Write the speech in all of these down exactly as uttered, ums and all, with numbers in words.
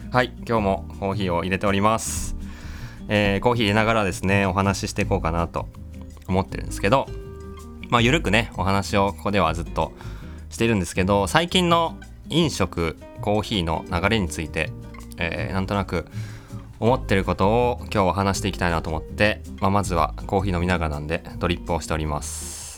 はい、今日もコーヒーを入れております、えー、コーヒー入れながらですねお話ししていこうかなと思ってるんですけど、まあゆるくねお話をここではずっとしているんですけど、最近の飲食コーヒーの流れについて、えー、なんとなく思ってることを今日は話していきたいなと思って、まあ、まずはコーヒー飲みながらなんでドリップをしております。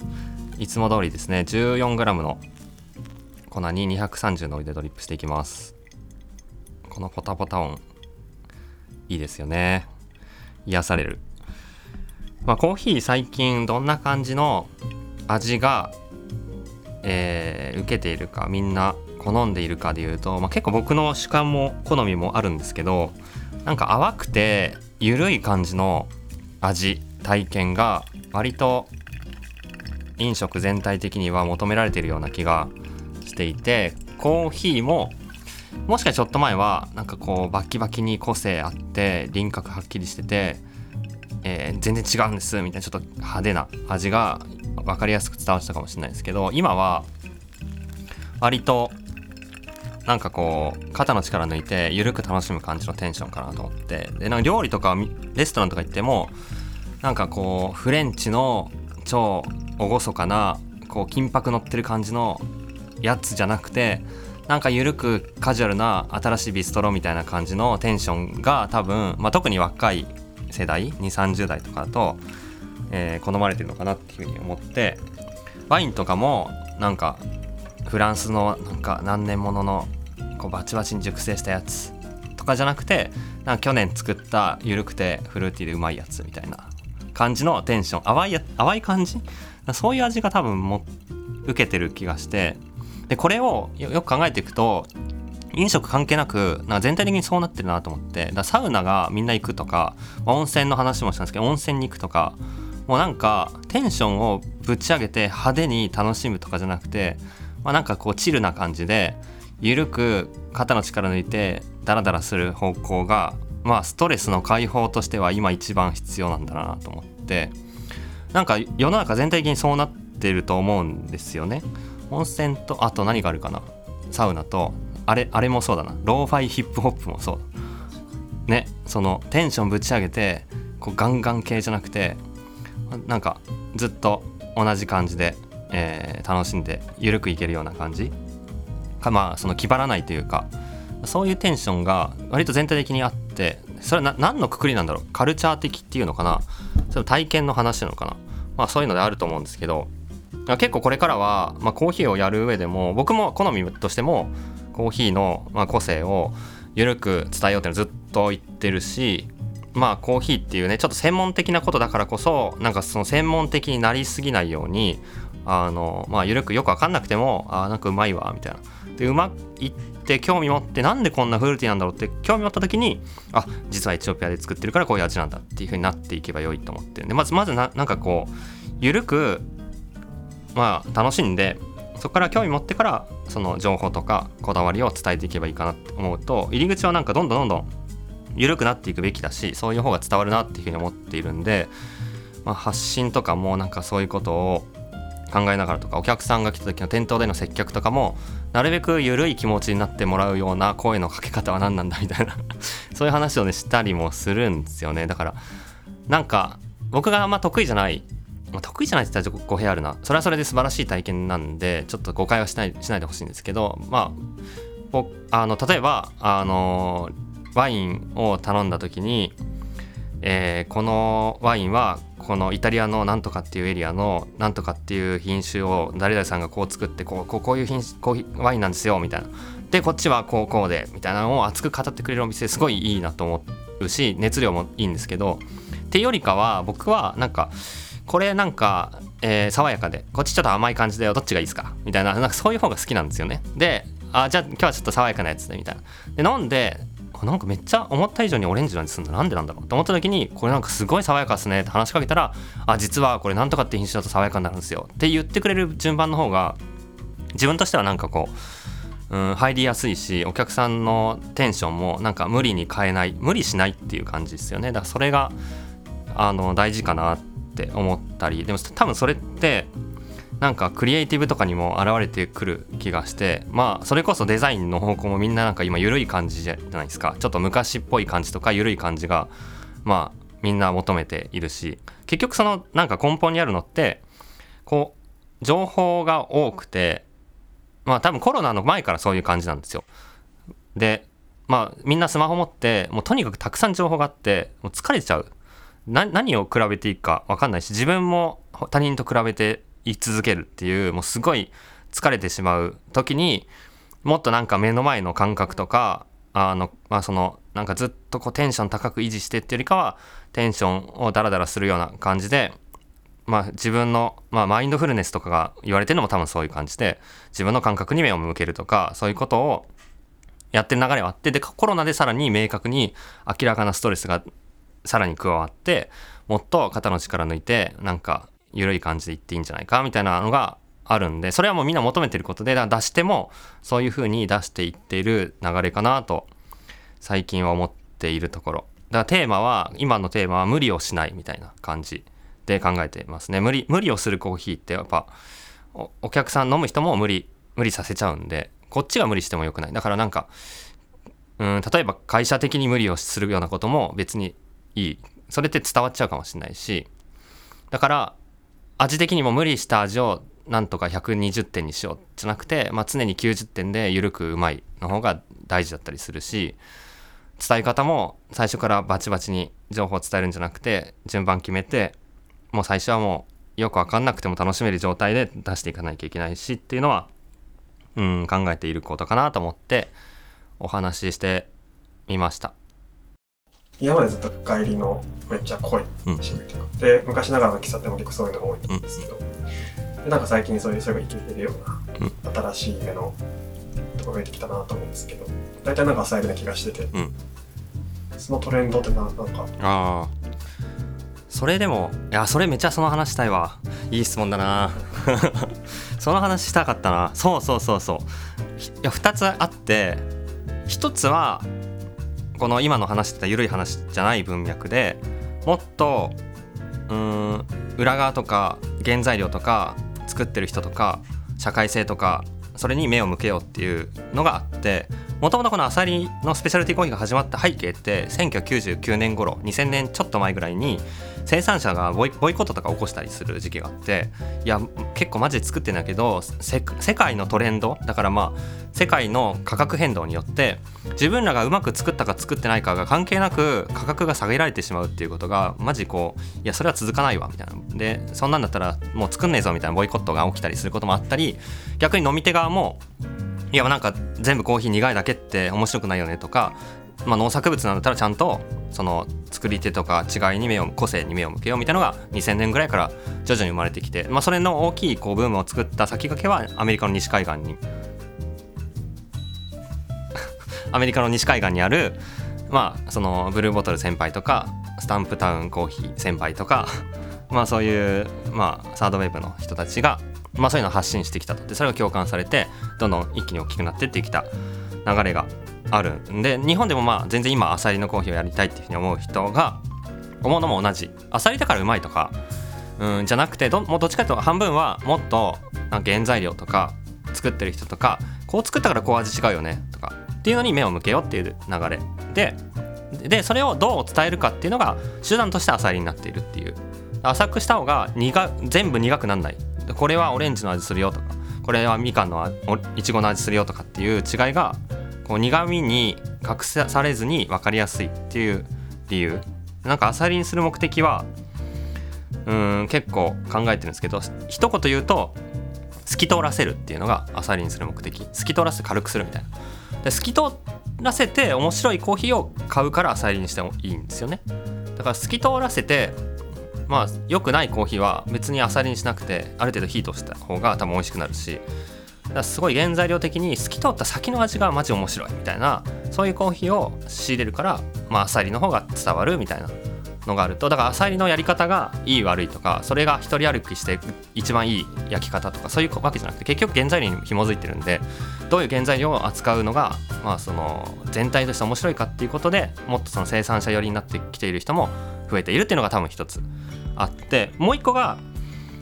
いつも通りですね じゅうよんグラム の粉ににひゃくさんじゅうのお湯でドリップしていきます。このポタポタ音いいですよね。癒される。まあ、コーヒー最近どんな感じの味が、えー、受けているか、みんな好んでいるかでいうと、まあ、結構僕の主観も好みもあるんですけど、なんか淡くて緩い感じの味体験が割と飲食全体的には求められているような気がしていて、コーヒーももしかしてちょっと前はなんかこうバキバキに個性あって輪郭はっきりしてて、えー、全然違うんですみたいなちょっと派手な味が分かりやすく伝わってたかもしれないですけど、今は割となんかこう肩の力抜いて緩く楽しむ感じのテンションかなと思って、でなんか料理とかレストランとか行ってもなんかこうフレンチの超厳かなこう金箔乗ってる感じのやつじゃなくて、なんか緩くカジュアルな新しいビストロみたいな感じのテンションが多分、まあ、特に若い世代にじゅう、さんじゅう代とかだと、えー、好まれてるのかなっていうふうに思って、ワインとかもなんかフランスのなんか何年もののこうバチバチに熟成したやつとかじゃなくて、なんか去年作った緩くてフルーティーでうまいやつみたいな感じのテンション、淡いや淡い感じ、そういう味が多分も受けてる気がして、でこれを よ, よく考えていくと飲食関係なくなんか全体的にそうなってるなと思って、だからサウナがみんな行くとか、温泉の話もしたんですけど温泉に行くとか、もうなんかテンションをぶち上げて派手に楽しむとかじゃなくて、まあ、なんかこうチルな感じでゆるく肩の力抜いてダラダラする方向が、まあストレスの解放としては今一番必要なんだなと思って、なんか世の中全体的にそうなってると思うんですよね。温泉とあと何があるかな、サウナとあれあれもそうだな、ローファイヒップホップもそうだね。そのテンションぶち上げてこうガンガン系じゃなくて、なんかずっと同じ感じで、えー、楽しんでゆるくいけるような感じか、まあその気張らないというか、そういうテンションが割と全体的にあって、それはな何のくくりなんだろう、カルチャー的っていうのかな、それ体験の話なのかな、まあそういうのであると思うんですけど、結構これからは、まあ、コーヒーをやる上でも僕も好みとしてもコーヒーのまあ個性を緩く伝えようっていうのずっと言ってるし、まあコーヒーっていうねちょっと専門的なことだからこそ、なんかその専門的になりすぎないように、あのまあ緩くよく分かんなくてもあなんかうまいわみたいなで、うまいって興味持って、なんでこんなフルーティーなんだろうって興味持った時に、あ実はエチオピアで作ってるからこういう味なんだっていう風になっていけば良いと思ってるんで、まずまず な, なんかこう緩くまあ楽しんで、そこから興味持ってからその情報とかこだわりを伝えていけばいいかなって思うと、入り口はなんかどんどんどんどん緩くなっていくべきだし、そういう方が伝わるなっていうふうに思っているんで、まあ、発信とかもなんかそういうことを考えながらとか、お客さんが来た時の店頭での接客とかもなるべく緩い気持ちになってもらうような声のかけ方は何なんだみたいなそういう話をねしたりもするんですよね。だからなんか僕があんま得意じゃないまあ、得意じゃないって言ったら語弊あるな、それはそれで素晴らしい体験なんでちょっと誤解はしないしないでほしいんですけど、まああの例えばあのワインを頼んだ時に、えー、このワインはこのイタリアのなんとかっていうエリアのなんとかっていう品種を誰々さんがこう作ってこうこうこういう品種こういうワインなんですよみたいな、でこっちはこうこうでみたいなのを熱く語ってくれるお店すごいいいなと思うし、熱量もいいんですけど、っていうよりかは僕はなんかこれなんか、えー、爽やかでこっちちょっと甘い感じだよ、どっちがいいですかみたいな、なんかそういう方が好きなんですよね。で、あじゃあ今日はちょっと爽やかなやつでみたいなで飲んで、なんかめっちゃ思った以上にオレンジの味するんだ、なんでなんだろうと思った時に、これなんかすごい爽やかですねって話しかけたら、あ実はこれなんとかって品種だと爽やかになるんですよって言ってくれる順番の方が自分としてはなんかこう、うん、入りやすいし、お客さんのテンションもなんか無理に変えない、無理しないっていう感じですよね。だからそれがあの大事かなって思ったり、でも多分それってなんかクリエイティブとかにも現れてくる気がして、まあそれこそデザインの方向もみんななんか今緩い感じじゃないですか。ちょっと昔っぽい感じとか緩い感じがまあみんな求めているし、結局そのなんか根本にあるのってこう情報が多くて、まあ多分コロナの前からそういう感じなんですよ。でまあみんなスマホ持ってもうとにかくたくさん情報があってもう疲れちゃう。な何を比べていいか分かんないし、自分も他人と比べて言い続けるっていう、もうすごい疲れてしまう時にもっとなんか目の前の感覚とかあの、まあ、そのなんかずっとこうテンション高く維持してっていうよりかはテンションをダラダラするような感じで、まあ、自分の、まあ、マインドフルネスとかが言われてるのも多分そういう感じで自分の感覚に目を向けるとかそういうことをやってる流れはあって、でコロナでさらに明確に明らかなストレスがさらに加わってもっと肩の力抜いてなんか緩い感じでいっていいんじゃないかみたいなのがあるんで、それはもうみんな求めてることで、だから出してもそういう風に出していっている流れかなと最近は思っているところだから、テーマは今のテーマは無理をしないみたいな感じで考えてますね。無理無理をするコーヒーってやっぱ お, お客さん飲む人も無理無理させちゃうんで、こっちが無理してもよくない。だからなんかうん例えば会社的に無理をするようなことも別にいい、それって伝わっちゃうかもしれないし、だから味的にも無理した味をなんとかひゃくにじゅってんにしようじゃなくて、まあ、常にきゅうじゅってんで緩くうまいの方が大事だったりするし、伝え方も最初からバチバチに情報を伝えるんじゃなくて順番決めて、もう最初はもうよく分かんなくても楽しめる状態で出していかなきゃいけないしっていうのはうん考えていることかなと思ってお話ししてみました。 今までずっと帰りのめっちゃ濃い趣味とか、うん、で昔ながらの喫茶店も結構そういうのが多いんですけど、うん、でなんか最近そういうそれが生きてるような、うん、新しい目のところが出てきたなと思うんですけど、大体なんか浅いような気がしてて、うん、そのトレンドってななんかあそれでもいやそれめっちゃその話したいわ。いい質問だなその話したかったな。そうそうそうそう、いやふたつあって、ひとつはこの今の話してた緩い話じゃない文脈でもっとうーん裏側とか原材料とか作ってる人とか社会性とかそれに目を向けようっていうのがあって、もともとこのアサリのスペシャルティコーヒーが始まった背景ってせんきゅうひゃくきゅうじゅうきゅうねん頃にせんねんちょっと前ぐらいに生産者がボイ、ボイコットとか起こしたりする時期があって、いや結構マジで作ってんだけど世界のトレンドだから、まあ世界の価格変動によって自分らがうまく作ったか作ってないかが関係なく価格が下げられてしまうっていうことがマジこういやそれは続かないわみたいなで、そんなんだったらもう作んねえぞみたいなボイコットが起きたりすることもあったり、逆に飲み手側もいやなんか全部コーヒー苦いだけって面白くないよねとか、まあ、農作物なんだったらちゃんとその作り手とか違いに目を個性に目を向けようみたいなのがにせんねんぐらいから徐々に生まれてきて、まあ、それの大きいこうブームを作った先駆けはアメリカの西海岸にアメリカの西海岸にある、まあ、そのブルーボトル先輩とかスタンプタウンコーヒー先輩とかまあそういう、まあ、サードウェーブの人たちがまあ、そういうのを発信してきたと。でそれが共感されてどんどん一気に大きくなってってきた流れがあるんで、日本でもまあ全然今アサリのコーヒーをやりたいっていうふうに思う人が思うのも同じ。アサリだからうまいとかうんじゃなくて ど, もうどっちかというと半分はもっとなんか原材料とか作ってる人とかこう作ったからこう味違うよねとかっていうのに目を向けようっていう流れで、でそれをどう伝えるかっていうのが手段としてアサリになっているっていう。浅くした方が苦全部苦くなんない。これはオレンジの味するよとかこれはみかんのいちごの味するよとかっていう違いがこう苦味に隠されずに分かりやすいっていう理由。なんかアサリにする目的はうーん結構考えてるんですけど、一言言うと透き通らせるっていうのがアサリにする目的。透き通らせて軽くするみたいな。で透き通らせて面白いコーヒーを買うからアサリにしてもいいんですよね。だから透き通らせてまあ良くないコーヒーは別にアサリにしなくてある程度ヒートした方が多分美味しくなるし、だからすごい原材料的に透き通った先の味がマジ面白いみたいなそういうコーヒーを仕入れるから、まあ、アサリの方が伝わるみたいなのがあると、だからアサリのやり方がいい悪いとかそれが一人歩きして一番いい焼き方とかそういうわけじゃなくて結局原材料に紐づいてるんで、どういう原材料を扱うのが、まあ、その全体として面白いかっていうことでもっとその生産者寄りになってきている人も増えているっていうのが多分一つあって、もう一個が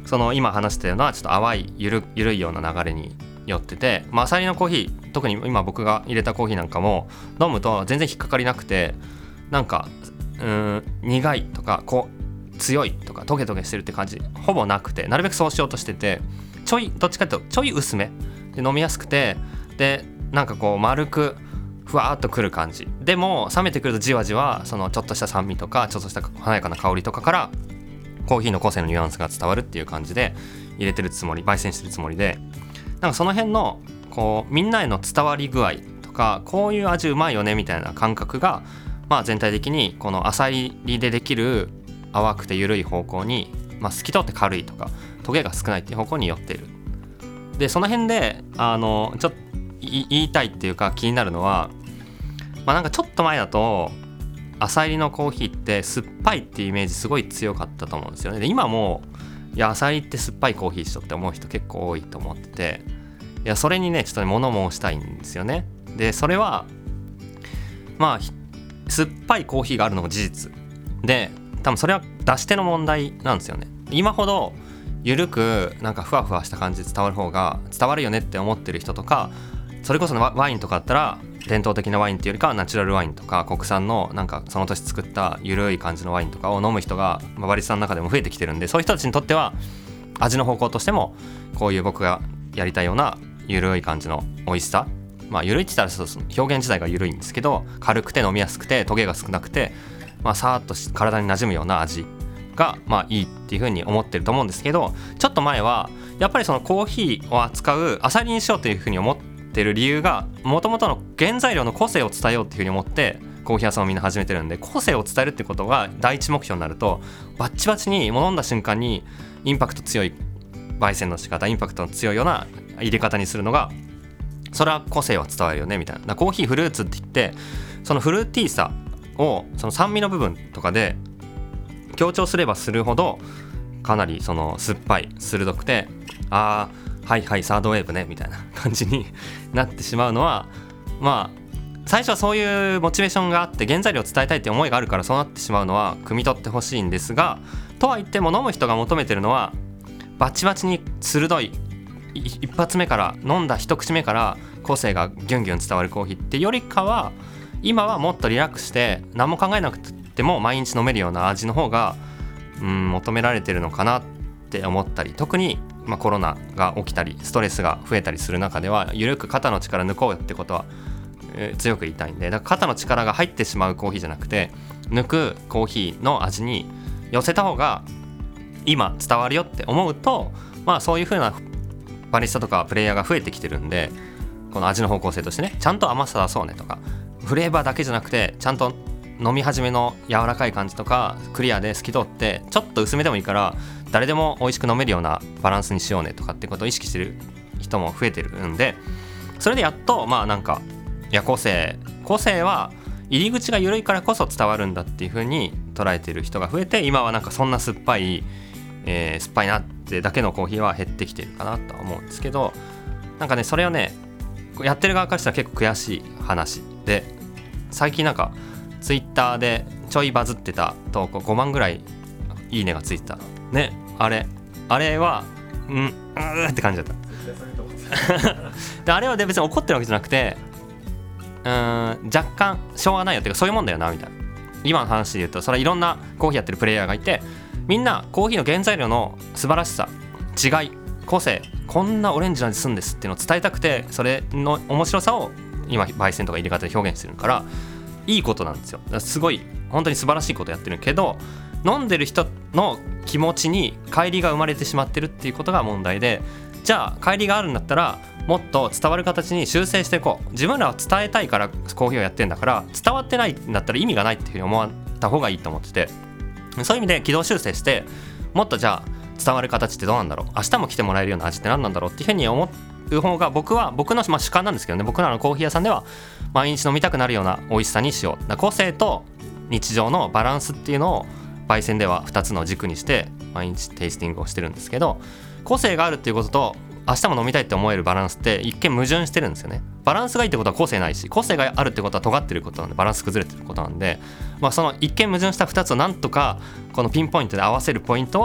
その今話したようなちょっと淡いゆるゆるいような流れによってて、まあ、アサリのコーヒー特に今僕が入れたコーヒーなんかも飲むと全然引っかかりなくて、なんかうーん苦いとかこう強いとかトゲトゲしてるって感じほぼなくて、なるべくそうしようとしてて、ちょいどっちかというとちょい薄めで飲みやすくて、でなんかこう丸くふわーっとくる感じでも、冷めてくるとじわじわそのちょっとした酸味とかちょっとした華やかな香りとかからコーヒーの個性のニュアンスが伝わるっていう感じで入れてるつもり、焙煎してるつもりで、なんかその辺のこうみんなへの伝わり具合とか、こういう味うまいよねみたいな感覚が、まあ、全体的にこのアサリでできる淡くて緩い方向に、まあ、透き通って軽いとかトゲが少ないっていう方向に寄っている。でその辺であのちょっと言いたいっていうか気になるのは、まあ、なんかちょっと前だとアサリのコーヒーって酸っぱいっていうイメージすごい強かったと思うんですよね。で今もいやアサリって酸っぱいコーヒーでしょって思う人結構多いと思ってて、いやそれにねちょっとね物申したいんですよね。でそれはまあ酸っぱいコーヒーがあるのも事実で、多分それは出し手の問題なんですよね。今ほどゆるくなんかふわふわした感じで伝わる方が伝わるよねって思ってる人とか、それこそワインとかだったら伝統的なワインっていうよりかはナチュラルワインとか国産のなんかその年作ったゆるい感じのワインとかを飲む人がバリスタの中でも増えてきてるんで、そういう人たちにとっては味の方向としてもこういう僕がやりたいようなゆるい感じの美味しさ、まあゆるいって言ったら表現自体がゆるいんですけど、軽くて飲みやすくてトゲが少なくて、まあさーっと体に馴染むような味がまあいいっていう風に思ってると思うんですけど、ちょっと前はやっぱりそのコーヒーを扱うアサリにしようという風に思ってる理由が、元々の原材料の個性を伝えようっていう風に思ってコーヒー屋さんをみんな始めてるんで、個性を伝えるってことが第一目標になると、バッチバチにもう飲んだ瞬間にインパクト強い焙煎の仕方、インパクトの強いような入れ方にするのが、それは個性は伝わるよねみたいな。コーヒーフルーツって言って、そのフルーティーさをその酸味の部分とかで強調すればするほどかなりその酸っぱい鋭くて、あーはいはいサードウェーブねみたいな感じになってしまうのは、まあ最初はそういうモチベーションがあって原材料を伝えたいって思いがあるからそうなってしまうのは汲み取ってほしいんですが、とは言っても飲む人が求めてるのはバチバチに鋭い一発目から飲んだ一口目から個性がギュンギュン伝わるコーヒーってよりかは、今はもっとリラックスして何も考えなくても毎日飲めるような味の方がうん求められてるのかなって思ったり、特にまあコロナが起きたりストレスが増えたりする中では、ゆるく肩の力抜こうよってことは、えー、強く言いたいんで、だから肩の力が入ってしまうコーヒーじゃなくて抜くコーヒーの味に寄せた方が今伝わるよって思うと、まあそういう風なバリスタとかプレイヤーが増えてきてるんで、この味の方向性としてね、ちゃんと甘さ出そうねとか、フレーバーだけじゃなくてちゃんと飲み始めの柔らかい感じとかクリアで透き通ってちょっと薄めでもいいから誰でも美味しく飲めるようなバランスにしようねとかってことを意識してる人も増えてるんで、それでやっとまあなんかいや個性個性は入り口が緩いからこそ伝わるんだっていう風に捉えてる人が増えて、今はなんかそんな酸っぱい、えー、酸っぱいなってだけのコーヒーは減ってきてるかなとは思うんですけど、なんかねそれをねやってる側からしたら結構悔しい話で、最近なんかツイッターでちょいバズってた投稿ごまんぐらいいいねがついてたね、あれあれはうんうーって感じだったであれは別に怒ってるわけじゃなくて、うーん若干しょうがないよっていうかそういうもんだよなみたいな。今の話で言うとそれはいろんなコーヒーやってるプレイヤーがいて、みんなコーヒーの原材料の素晴らしさ、違い、個性、こんなオレンジの味するんですっていうのを伝えたくて、それの面白さを今焙煎とか入れ方で表現してるからいいことなんですよ。だからすごい本当に素晴らしいことやってるけど、飲んでる人の気持ちに乖離が生まれてしまってるっていうことが問題で、じゃあ乖離があるんだったらもっと伝わる形に修正していこう。自分らは伝えたいからコーヒーをやってるんだから、伝わってないんだったら意味がないっていうふうに思った方がいいと思ってて、そういう意味で軌道修正してもっとじゃあ伝わる形ってどうなんだろう、明日も来てもらえるような味って何なんだろうっていうふうに思う方が僕は僕のまあ主観なんですけどね、僕らのコーヒー屋さんでは毎日飲みたくなるような美味しさにしよう。だ個性と日常のバランスっていうのを焙煎ではふたつの軸にして毎日テイスティングをしてるんですけど、個性があるっていうことと明日も飲みたいって思えるバランスって一見矛盾してるんですよね。バランスがいいってことは個性ないし、個性があるってことは尖ってることなんで、バランス崩れてることなんで、まあ、その一見矛盾したふたつをなんとかこのピンポイントで合わせるポイントを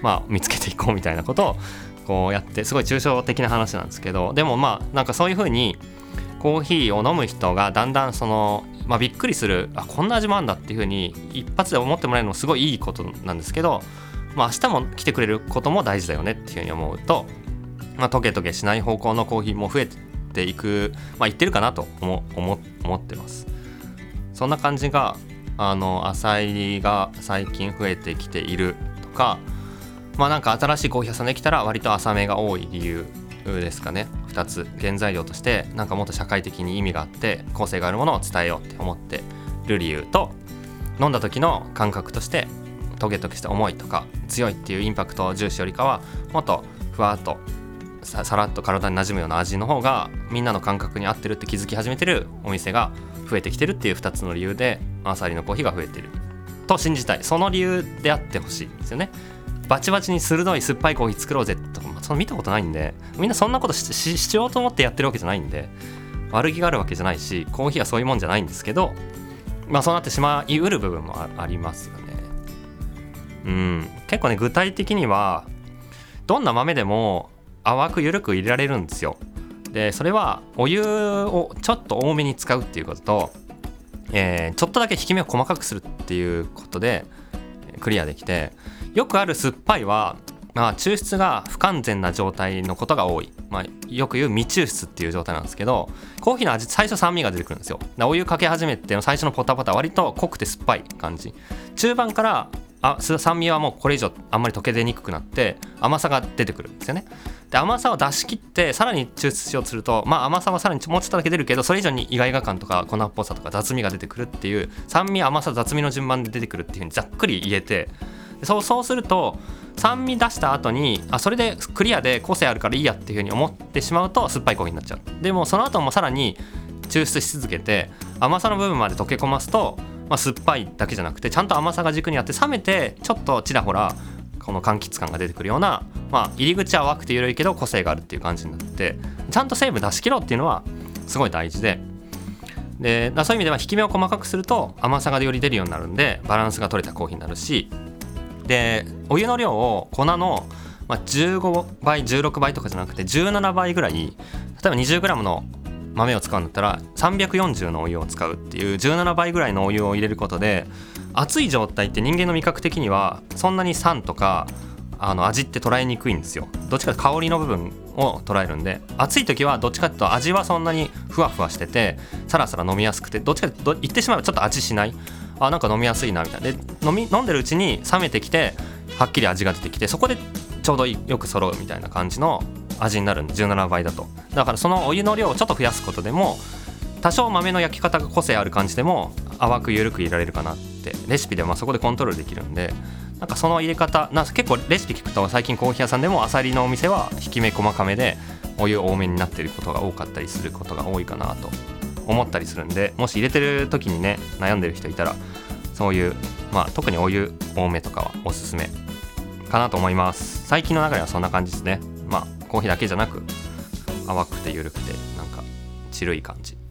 まあ、見つけていこうみたいなことをこうやって、すごい抽象的な話なんですけど、でもまあなんかそういう風にコーヒーを飲む人がだんだんその、まあ、びっくりする、あこんな味もあるんだっていう風に一発で思ってもらえるのもすごいいいことなんですけど、まあ、明日も来てくれることも大事だよねっていう風に思うと、まあ、トゲトゲしない方向のコーヒーも増えていく、まあ、いってるかなと思思思ってます。そんな感じがあの浅入りが最近増えてきているとか、まあなんか新しいコーヒー屋さんできたら割と浅めが多い理由ですかね。ふたつ原材料としてなんかもっと社会的に意味があって個性があるものを伝えようって思ってる理由と、飲んだ時の感覚としてトゲトゲして重いとか強いっていうインパクト重視よりかは、もっとふわっと さ, さらっと体に馴染むような味の方がみんなの感覚に合ってるって気づき始めてるお店が増えてきてるっていうふたつの理由で浅入りのコーヒーが増えてると信じたい。その理由であってほしいんですよね。バチバチに鋭い酸っぱいコーヒー作ろうぜとか、その見たことないんで、みんなそんなこと し, し, しようと思ってやってるわけじゃないんで、悪気があるわけじゃないし、コーヒーはそういうもんじゃないんですけど、まあそうなってしまいうる部分も あ, ありますよね。うん、結構ね具体的にはどんな豆でも淡く緩く入れられるんですよ。でそれはお湯をちょっと多めに使うっていうことと、えー、ちょっとだけ引き目を細かくするっていうことでクリアできて、よくある酸っぱいは、まあ、抽出が不完全な状態のことが多い、まあ、よく言う未抽出っていう状態なんですけど、コーヒーの味最初酸味が出てくるんですよ。お湯かけ始めての最初のポタポタ割と濃くて酸っぱい感じ、中盤からあ酸味はもうこれ以上あんまり溶け出にくくなって甘さが出てくるんですよね。で甘さを出し切ってさらに抽出しようとすると、まあ、甘さはさらにもうちょっとだけ出るけど、それ以上に意外が感とか粉っぽさとか雑味が出てくるっていう、酸味甘さ雑味の順番で出てくるっていう風にざっくり言えて、そう、そうすると酸味出した後にあそれでクリアで個性あるからいいやっていう風に思ってしまうと酸っぱいコーヒーになっちゃう。でもその後もさらに抽出し続けて甘さの部分まで溶け込ますと、まあ、酸っぱいだけじゃなくてちゃんと甘さが軸にあって、冷めてちょっとちらほらこの柑橘感が出てくるような、まあ、入り口は淡くて緩いけど個性があるっていう感じになって、ちゃんと成分出し切ろうっていうのはすごい大事で、でだそういう意味では引き目を細かくすると甘さがより出るようになるんでバランスが取れたコーヒーになるし、でお湯の量を粉の、まあ、じゅうごばいじゅうろくばいとかじゃなくてじゅうななばいぐらい、例えば にじゅうグラム の豆を使うんだったらさんびゃくよんじゅうのお湯を使うっていうじゅうななばいぐらいのお湯を入れることで、熱い状態って人間の味覚的にはそんなに酸とかあの味って捉えにくいんですよ。どっちかというと香りの部分を捉えるんで、熱い時はどっちかというと味はそんなにふわふわしててサラサラ飲みやすくて、どっちかというと言ってしまえばちょっと味しない、あなんか飲みやすいなみたいなで、飲み飲んでるうちに冷めてきてはっきり味が出てきて、そこでちょうどよく揃うみたいな感じの味になるんで、じゅうななばいだと。だからそのお湯の量をちょっと増やすことでも多少豆の焼き方が個性ある感じでも淡く緩く入れられるかなってレシピでまあそこでコントロールできるんで、なんかその入れ方なんか結構レシピ聞くと最近コーヒー屋さんでも浅入りのお店は引き目細かめでお湯多めになっていることが多かったりすることが多いかなと思ったりするんで、もし入れてる時にね悩んでる人いたらそういう、まあ、特にお湯多めとかはおすすめかなと思います。最近の流れはそんな感じですね。まあコーヒーだけじゃなく淡くて緩くてなんかチルい感じ